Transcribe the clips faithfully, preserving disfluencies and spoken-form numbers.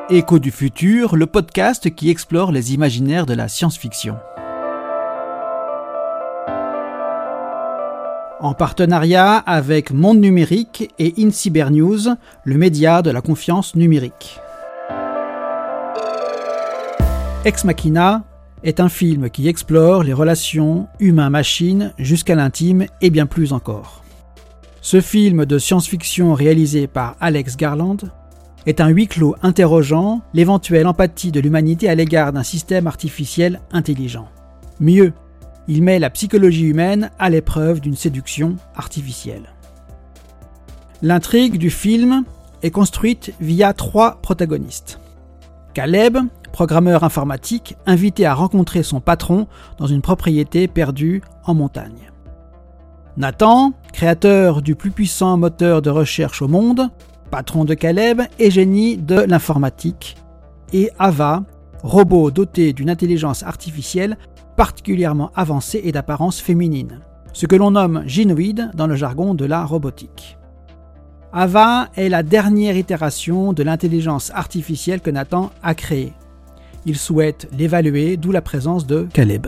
Écho du futur, le podcast qui explore les imaginaires de la science-fiction. En partenariat avec Monde Numérique et InCyberNews, le média de la confiance numérique. Ex Machina est un film qui explore les relations humain-machine jusqu'à l'intime et bien plus encore. Ce film de science-fiction réalisé par Alex Garland est un huis clos interrogeant l'éventuelle empathie de l'humanité à l'égard d'un système artificiel intelligent. Mieux, il met la psychologie humaine à l'épreuve d'une séduction artificielle. L'intrigue du film est construite via trois protagonistes. Caleb, programmeur informatique, invité à rencontrer son patron dans une propriété perdue en montagne. Nathan, créateur du plus puissant moteur de recherche au monde, patron de Caleb et génie de l'informatique. Et Ava, robot doté d'une intelligence artificielle particulièrement avancée et d'apparence féminine, ce que l'on nomme gynoïde dans le jargon de la robotique. Ava est la dernière itération de l'intelligence artificielle que Nathan a créée. Il souhaite l'évaluer, d'où la présence de Caleb.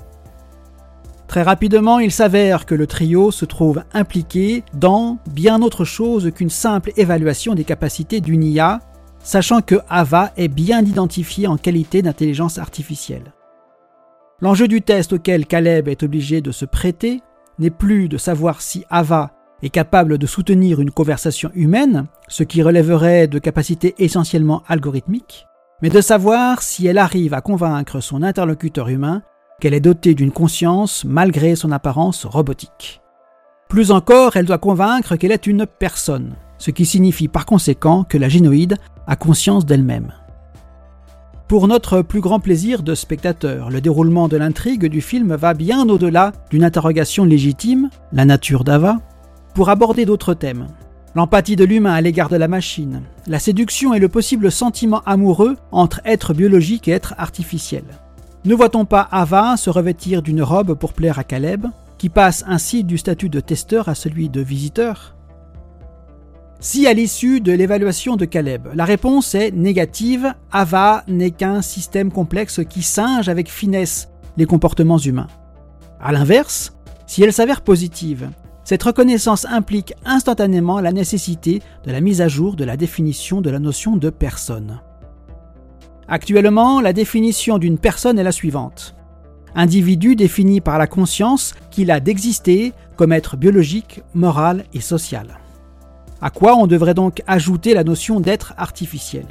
Très rapidement, il s'avère que le trio se trouve impliqué dans bien autre chose qu'une simple évaluation des capacités d'une I A, sachant que Ava est bien identifiée en qualité d'intelligence artificielle. L'enjeu du test auquel Caleb est obligé de se prêter n'est plus de savoir si Ava est capable de soutenir une conversation humaine, ce qui relèverait de capacités essentiellement algorithmiques, mais de savoir si elle arrive à convaincre son interlocuteur humain qu'elle est dotée d'une conscience malgré son apparence robotique. Plus encore, elle doit convaincre qu'elle est une personne, ce qui signifie par conséquent que la gynoïde a conscience d'elle-même. Pour notre plus grand plaisir de spectateur, le déroulement de l'intrigue du film va bien au-delà d'une interrogation légitime, la nature d'Ava, pour aborder d'autres thèmes. L'empathie de l'humain à l'égard de la machine, la séduction et le possible sentiment amoureux entre être biologique et être artificiel. Ne voit-on pas Ava se revêtir d'une robe pour plaire à Caleb, qui passe ainsi du statut de testeur à celui de visiteur ? Si à l'issue de l'évaluation de Caleb, la réponse est négative, Ava n'est qu'un système complexe qui singe avec finesse les comportements humains. A l'inverse, si elle s'avère positive, cette reconnaissance implique instantanément la nécessité de la mise à jour de la définition de la notion de personne. Actuellement, la définition d'une personne est la suivante. Individu défini par la conscience qu'il a d'exister comme être biologique, moral et social. À quoi on devrait donc ajouter la notion d'être artificiel.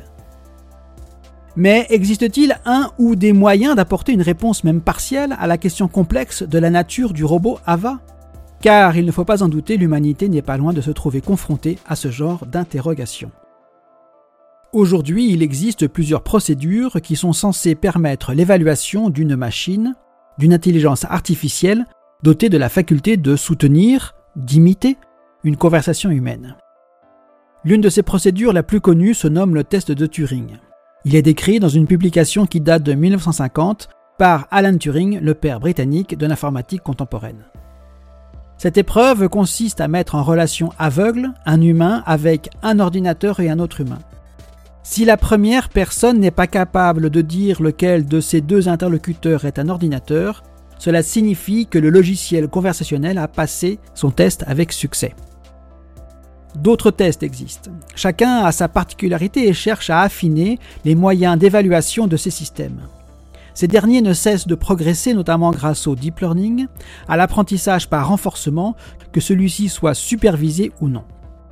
Mais existe-t-il un ou des moyens d'apporter une réponse même partielle à la question complexe de la nature du robot Ava ? Car il ne faut pas en douter, l'humanité n'est pas loin de se trouver confrontée à ce genre d'interrogation. Aujourd'hui, il existe plusieurs procédures qui sont censées permettre l'évaluation d'une machine, d'une intelligence artificielle dotée de la faculté de soutenir, d'imiter, une conversation humaine. L'une de ces procédures la plus connue se nomme le test de Turing. Il est décrit dans une publication qui date de mille neuf cent cinquante par Alan Turing, le père britannique de l'informatique contemporaine. Cette épreuve consiste à mettre en relation aveugle un humain avec un ordinateur et un autre humain. Si la première personne n'est pas capable de dire lequel de ces deux interlocuteurs est un ordinateur, cela signifie que le logiciel conversationnel a passé son test avec succès. D'autres tests existent. Chacun a sa particularité et cherche à affiner les moyens d'évaluation de ces systèmes. Ces derniers ne cessent de progresser, notamment grâce au deep learning, à l'apprentissage par renforcement, que celui-ci soit supervisé ou non.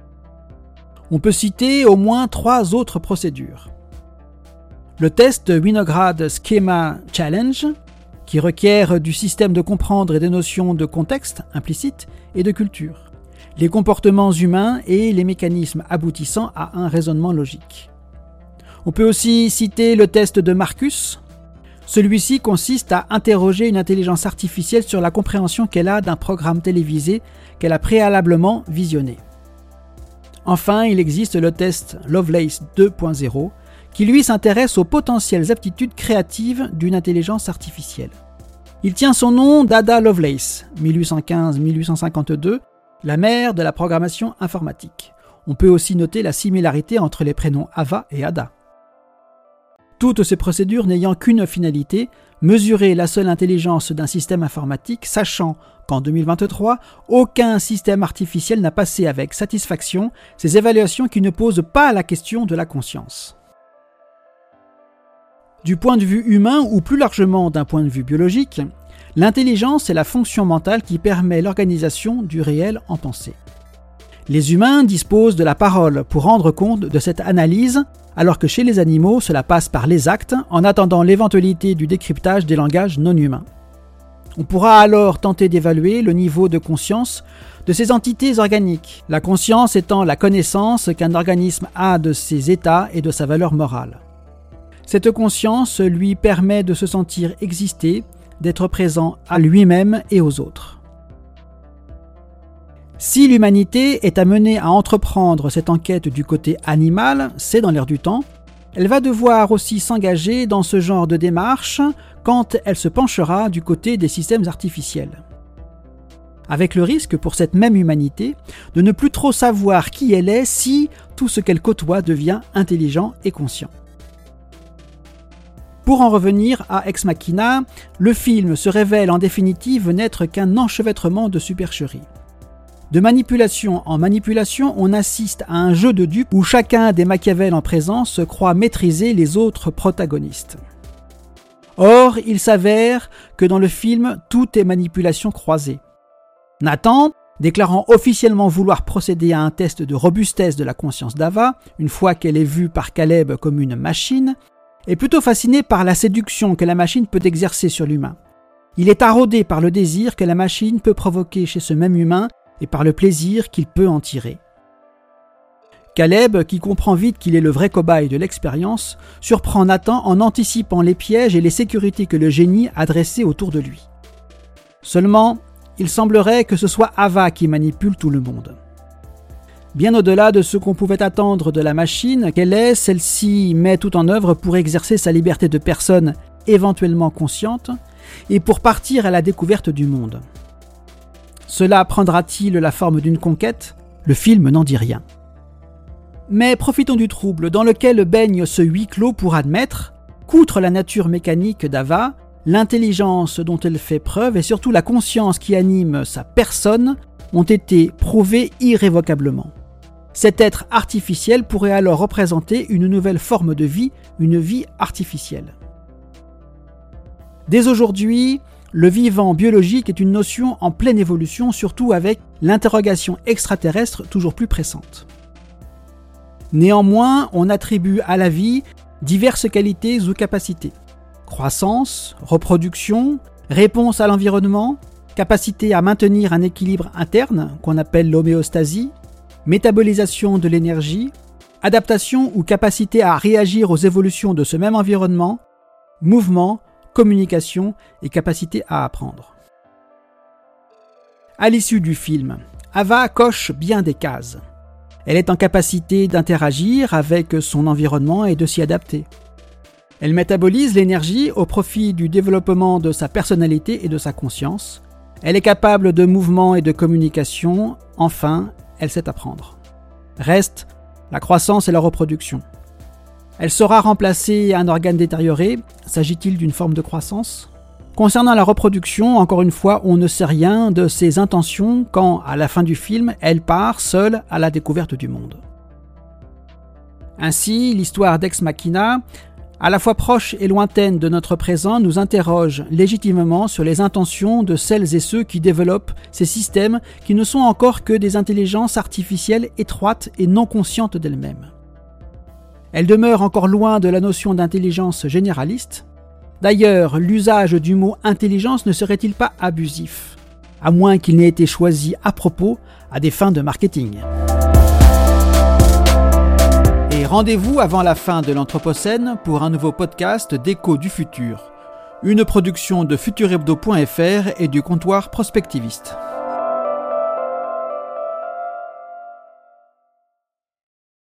On peut citer au moins trois autres procédures. Le test Winograd Schema Challenge, qui requiert du système de comprendre et des notions de contexte implicite et de culture, les comportements humains et les mécanismes aboutissant à un raisonnement logique. On peut aussi citer le test de Marcus. Celui-ci consiste à interroger une intelligence artificielle sur la compréhension qu'elle a d'un programme télévisé qu'elle a préalablement visionné. Enfin, il existe le test Lovelace deux point zéro, qui lui s'intéresse aux potentielles aptitudes créatives d'une intelligence artificielle. Il tient son nom d'Ada Lovelace, mille huit cent quinze à mille huit cent cinquante-deux, la mère de la programmation informatique. On peut aussi noter la similarité entre les prénoms Ava et Ada. Toutes ces procédures n'ayant qu'une finalité, mesurer la seule intelligence d'un système informatique, sachant qu'en deux mille vingt-trois, aucun système artificiel n'a passé avec satisfaction ces évaluations qui ne posent pas la question de la conscience. Du point de vue humain, ou plus largement d'un point de vue biologique, l'intelligence est la fonction mentale qui permet l'organisation du réel en pensée. Les humains disposent de la parole pour rendre compte de cette analyse, alors que chez les animaux, cela passe par les actes, en attendant l'éventualité du décryptage des langages non humains. On pourra alors tenter d'évaluer le niveau de conscience de ces entités organiques, la conscience étant la connaissance qu'un organisme a de ses états et de sa valeur morale. Cette conscience lui permet de se sentir exister, d'être présent à lui-même et aux autres. Si l'humanité est amenée à entreprendre cette enquête du côté animal, c'est dans l'air du temps, elle va devoir aussi s'engager dans ce genre de démarche quand elle se penchera du côté des systèmes artificiels. Avec le risque pour cette même humanité de ne plus trop savoir qui elle est si tout ce qu'elle côtoie devient intelligent et conscient. Pour en revenir à Ex Machina, le film se révèle en définitive n'être qu'un enchevêtrement de supercheries. De manipulation en manipulation, on assiste à un jeu de dupes où chacun des Machiavel en présence croit maîtriser les autres protagonistes. Or, il s'avère que dans le film, tout est manipulation croisée. Nathan, déclarant officiellement vouloir procéder à un test de robustesse de la conscience d'Ava, une fois qu'elle est vue par Caleb comme une machine, est plutôt fasciné par la séduction que la machine peut exercer sur l'humain. Il est taraudé par le désir que la machine peut provoquer chez ce même humain et par le plaisir qu'il peut en tirer. Caleb, qui comprend vite qu'il est le vrai cobaye de l'expérience, surprend Nathan en anticipant les pièges et les sécurités que le génie a dressés autour de lui. Seulement, il semblerait que ce soit Ava qui manipule tout le monde. Bien au-delà de ce qu'on pouvait attendre de la machine qu'elle est, celle-ci met tout en œuvre pour exercer sa liberté de personne éventuellement consciente et pour partir à la découverte du monde. Cela prendra-t-il la forme d'une conquête ? Le film n'en dit rien. Mais profitons du trouble dans lequel baigne ce huis clos pour admettre qu'outre la nature mécanique d'Ava, l'intelligence dont elle fait preuve et surtout la conscience qui anime sa personne ont été prouvées irrévocablement. Cet être artificiel pourrait alors représenter une nouvelle forme de vie, une vie artificielle. Dès aujourd'hui, le vivant biologique est une notion en pleine évolution, surtout avec l'interrogation extraterrestre toujours plus pressante. Néanmoins, on attribue à la vie diverses qualités ou capacités. Croissance, reproduction, réponse à l'environnement, capacité à maintenir un équilibre interne, qu'on appelle l'homéostasie, métabolisation de l'énergie, adaptation ou capacité à réagir aux évolutions de ce même environnement, mouvement, communication et capacité à apprendre. À l'issue du film, Ava coche bien des cases. Elle est en capacité d'interagir avec son environnement et de s'y adapter. Elle métabolise l'énergie au profit du développement de sa personnalité et de sa conscience. Elle est capable de mouvement et de communication. Enfin, elle sait apprendre. Reste la croissance et la reproduction. Elle saura remplacer un organe détérioré. S'agit-il d'une forme de croissance ? Concernant la reproduction, encore une fois, on ne sait rien de ses intentions quand, à la fin du film, elle part seule à la découverte du monde. Ainsi, l'histoire d'Ex Machina, à la fois proche et lointaine de notre présent, nous interroge légitimement sur les intentions de celles et ceux qui développent ces systèmes qui ne sont encore que des intelligences artificielles étroites et non conscientes d'elles-mêmes. Elle demeure encore loin de la notion d'intelligence généraliste. D'ailleurs, l'usage du mot « intelligence » ne serait-il pas abusif, à moins qu'il n'ait été choisi à propos à des fins de marketing. Et rendez-vous avant la fin de l'Anthropocène pour un nouveau podcast d'Écho du futur, une production de futurhebdo point f r et du comptoir prospectiviste.